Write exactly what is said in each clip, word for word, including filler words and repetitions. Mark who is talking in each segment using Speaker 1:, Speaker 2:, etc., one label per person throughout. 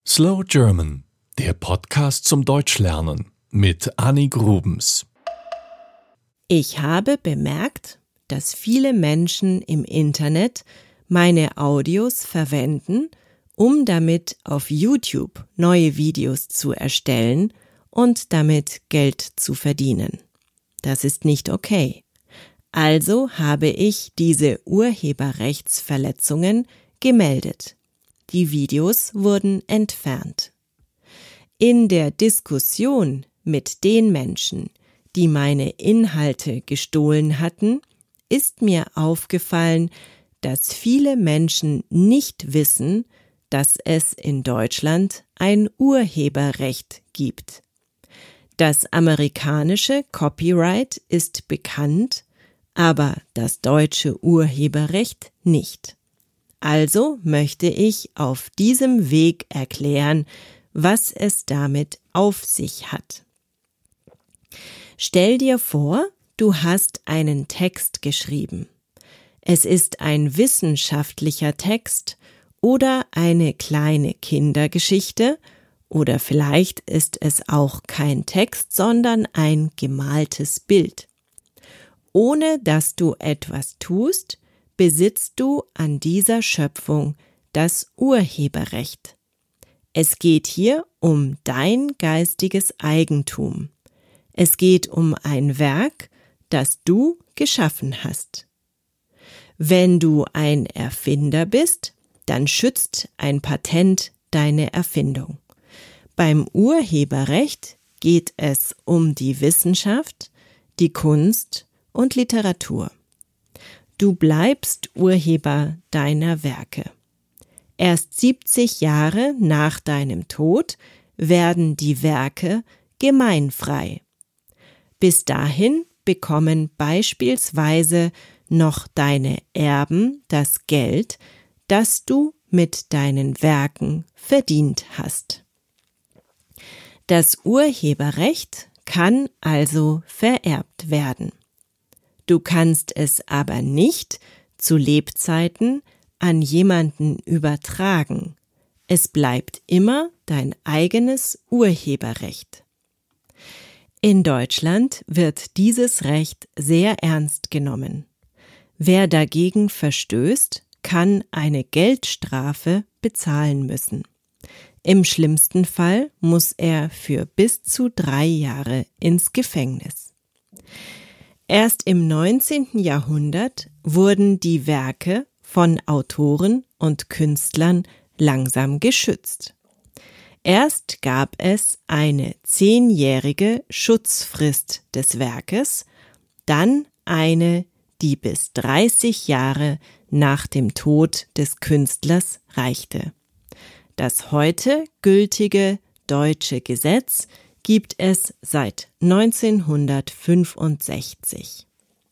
Speaker 1: Slow German, der Podcast zum Deutschlernen mit Anni Grubens.
Speaker 2: Ich habe bemerkt, dass viele Menschen im Internet meine Audios verwenden, um damit auf YouTube neue Videos zu erstellen und damit Geld zu verdienen. Das ist nicht okay. Also habe ich diese Urheberrechtsverletzungen gemeldet. Die Videos wurden entfernt. In der Diskussion mit den Menschen, die meine Inhalte gestohlen hatten, ist mir aufgefallen, dass viele Menschen nicht wissen, dass es in Deutschland ein Urheberrecht gibt. Das amerikanische Copyright ist bekannt, aber das deutsche Urheberrecht nicht. Also möchte ich auf diesem Weg erklären, was es damit auf sich hat. Stell dir vor, du hast einen Text geschrieben. Es ist ein wissenschaftlicher Text oder eine kleine Kindergeschichte oder vielleicht ist es auch kein Text, sondern ein gemaltes Bild. Ohne dass du etwas tust, besitzt du an dieser Schöpfung das Urheberrecht. Es geht hier um dein geistiges Eigentum. Es geht um ein Werk, das du geschaffen hast. Wenn du ein Erfinder bist, dann schützt ein Patent deine Erfindung. Beim Urheberrecht geht es um die Wissenschaft, die Kunst und Literatur. Du bleibst Urheber deiner Werke. Erst siebzig Jahre nach deinem Tod werden die Werke gemeinfrei. Bis dahin bekommen beispielsweise noch deine Erben das Geld, das du mit deinen Werken verdient hast. Das Urheberrecht kann also vererbt werden. Du kannst es aber nicht zu Lebzeiten an jemanden übertragen. Es bleibt immer dein eigenes Urheberrecht. In Deutschland wird dieses Recht sehr ernst genommen. Wer dagegen verstößt, kann eine Geldstrafe bezahlen müssen. Im schlimmsten Fall muss er für bis zu drei Jahre ins Gefängnis. Erst im neunzehnten Jahrhundert wurden die Werke von Autoren und Künstlern langsam geschützt. Erst gab es eine zehnjährige Schutzfrist des Werkes, dann eine, die bis dreißig Jahre nach dem Tod des Künstlers reichte. Das heute gültige deutsche Gesetz gibt es seit neunzehnhundertfünfundsechzig.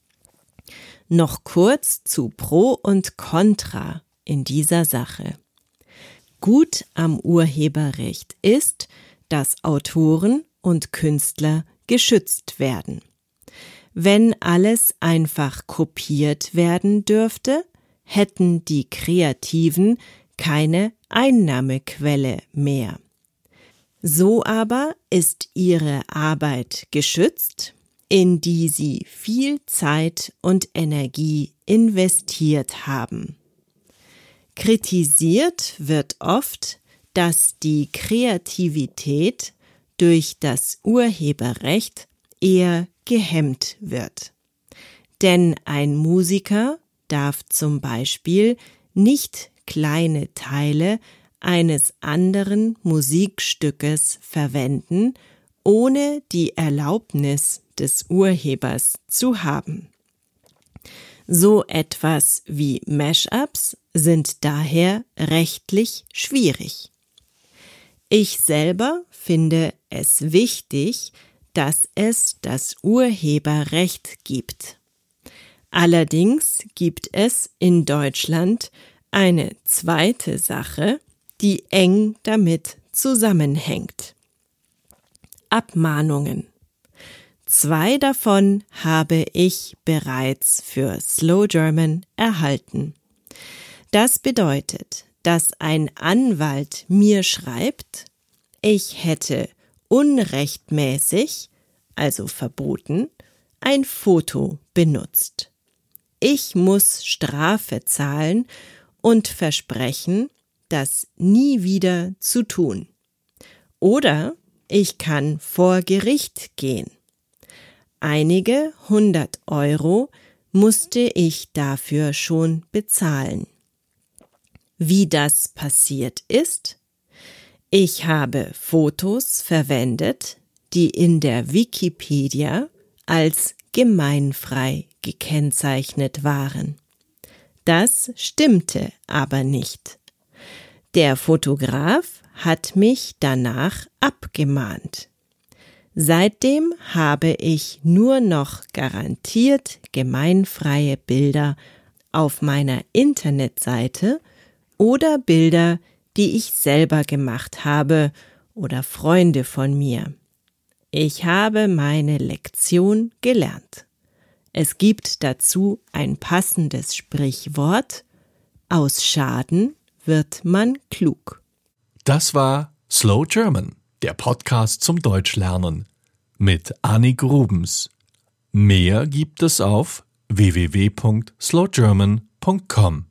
Speaker 2: Noch kurz zu Pro und Contra in dieser Sache. Gut am Urheberrecht ist, dass Autoren und Künstler geschützt werden. Wenn alles einfach kopiert werden dürfte, hätten die Kreativen keine Einnahmequelle mehr. So aber ist ihre Arbeit geschützt, in die sie viel Zeit und Energie investiert haben. Kritisiert wird oft, dass die Kreativität durch das Urheberrecht eher gehemmt wird. Denn ein Musiker darf zum Beispiel nicht kleine Teile eines anderen Musikstückes verwenden, ohne die Erlaubnis des Urhebers zu haben. So etwas wie Mashups sind daher rechtlich schwierig. Ich selber finde es wichtig, dass es das Urheberrecht gibt. Allerdings gibt es in Deutschland eine zweite Sache, die eng damit zusammenhängt. Abmahnungen. Zwei davon habe ich bereits für Slow German erhalten. Das bedeutet, dass ein Anwalt mir schreibt, ich hätte unrechtmäßig, also verboten, ein Foto benutzt. Ich muss Strafe zahlen und versprechen, das nie wieder zu tun. Oder ich kann vor Gericht gehen. Einige hundert Euro musste ich dafür schon bezahlen. Wie das passiert ist? Ich habe Fotos verwendet, die in der Wikipedia als gemeinfrei gekennzeichnet waren. Das stimmte aber nicht. Der Fotograf hat mich danach abgemahnt. Seitdem habe ich nur noch garantiert gemeinfreie Bilder auf meiner Internetseite oder Bilder, die ich selber gemacht habe oder Freunde von mir. Ich habe meine Lektion gelernt. Es gibt dazu ein passendes Sprichwort: Aus Schaden wird man klug.
Speaker 1: Das war Slow German, der Podcast zum Deutschlernen mit Annik Grubens. Mehr gibt es auf w w w punkt slow german punkt com.